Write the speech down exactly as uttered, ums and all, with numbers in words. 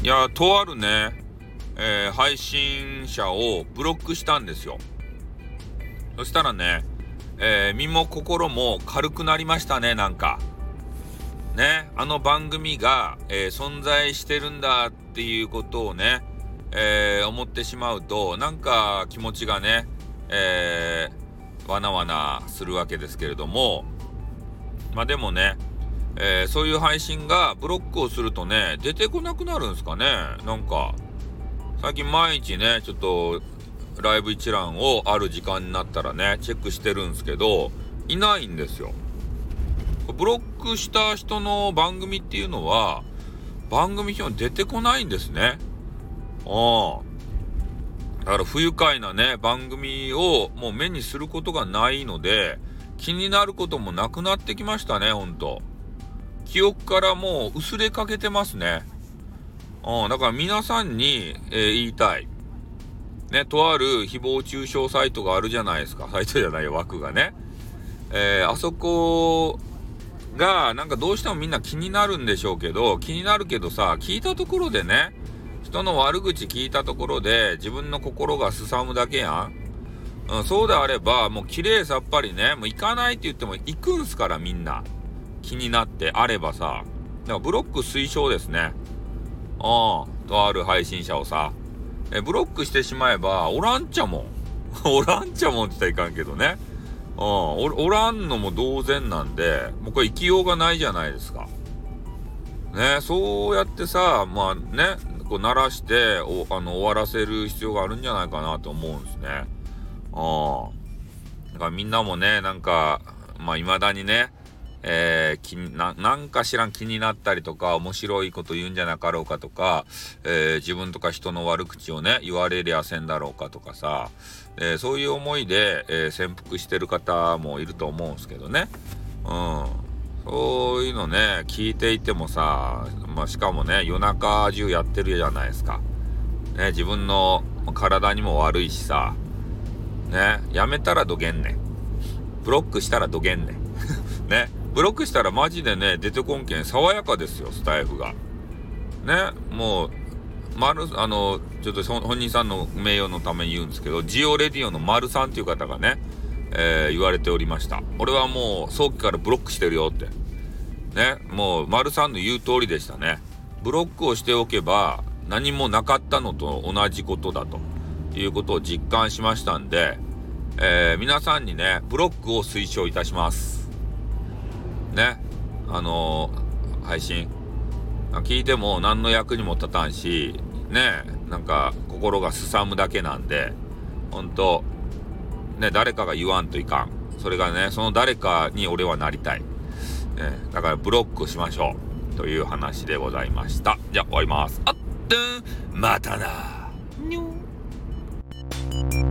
や、とあるね、えー配信者をブロックしたんですよ。そしたらね、えー身も心も軽くなりましたね。なんかね、あの番組が、えー存在してるんだっていうことをね、えー思ってしまうと、なんか気持ちがね、えーわなわなするわけですけれども、まあでもね、えーそういう配信がブロックをするとね、出てこなくなるんですかね。なんか最近毎日ね、ちょっとライブ一覧をある時間になったらね、チェックしてるんですけど、いないんですよ。ブロックした人の番組っていうのは、番組表に出てこないんですね。ああ。だから不愉快なね、番組をもう目にすることがないので、気になることもなくなってきましたね、ほんと。記憶からもう薄れかけてますね。うん、だから皆さんに、えー言いたい。ね、とある誹謗中傷サイトがあるじゃないですか。サイトじゃないよ、枠がね。えーあそこが、なんかどうしてもみんな気になるんでしょうけど、気になるけどさ、聞いたところでね、人の悪口聞いたところで、自分の心がすさむだけやん。うん、そうであれば、もう綺麗さっぱりね、もう行かないって言っても行くんすからみんな。気になってあればさ。だからブロック推奨ですね。うん、とある配信者をさ。え、ブロックしてしまえば、おらんちゃもん。おらんちゃもんって言ったらいかんけどね。うん、お、おらんのも同然なんで、もうこれ生きようがないじゃないですか。ね、そうやってさ、まあね、こう鳴らして、お、あの、終わらせる必要があるんじゃないかなと思うんですね。ああ。だからみんなもね、なんか、まあ未だにね、えー、気にな、なんか知らん気になったりとか、面白いこと言うんじゃなかろうかとか、えー、自分とか人の悪口をね、言われりゃせんだろうかとかさ、えー、そういう思いで、えー、潜伏してる方もいると思うんですけどね。うん。そういうのね、聞いていてもさ、まあしかもね、夜中中やってるじゃないですか。ね、自分の体にも悪いしさ、ね、やめたらどげんねん。ブロックしたらどげんねん。ね。ブロックしたらマジでね、出てこんけん爽やかですよ、スタイフが。ね。もう、丸、あの、ちょっと本人さんの名誉のために言うんですけど、ジオレディオの丸さんっていう方がね、えー言われておりました。俺はもう早期からブロックしてるよって。ね。もう丸さんの言う通りでしたね。ブロックをしておけば何もなかったのと同じことだということを実感しましたんで、えー皆さんにね、ブロックを推奨いたします。ね。あのー配信。聞いても何の役にも立たんし、ね。なんか心がすさむだけなんで、ほんと、ね、誰かが言わんといかん。それがね、その誰かに俺はなりたい。ね。だからブロックしましょう。という話でございました。じゃあ終わります。あっ、またな。にょー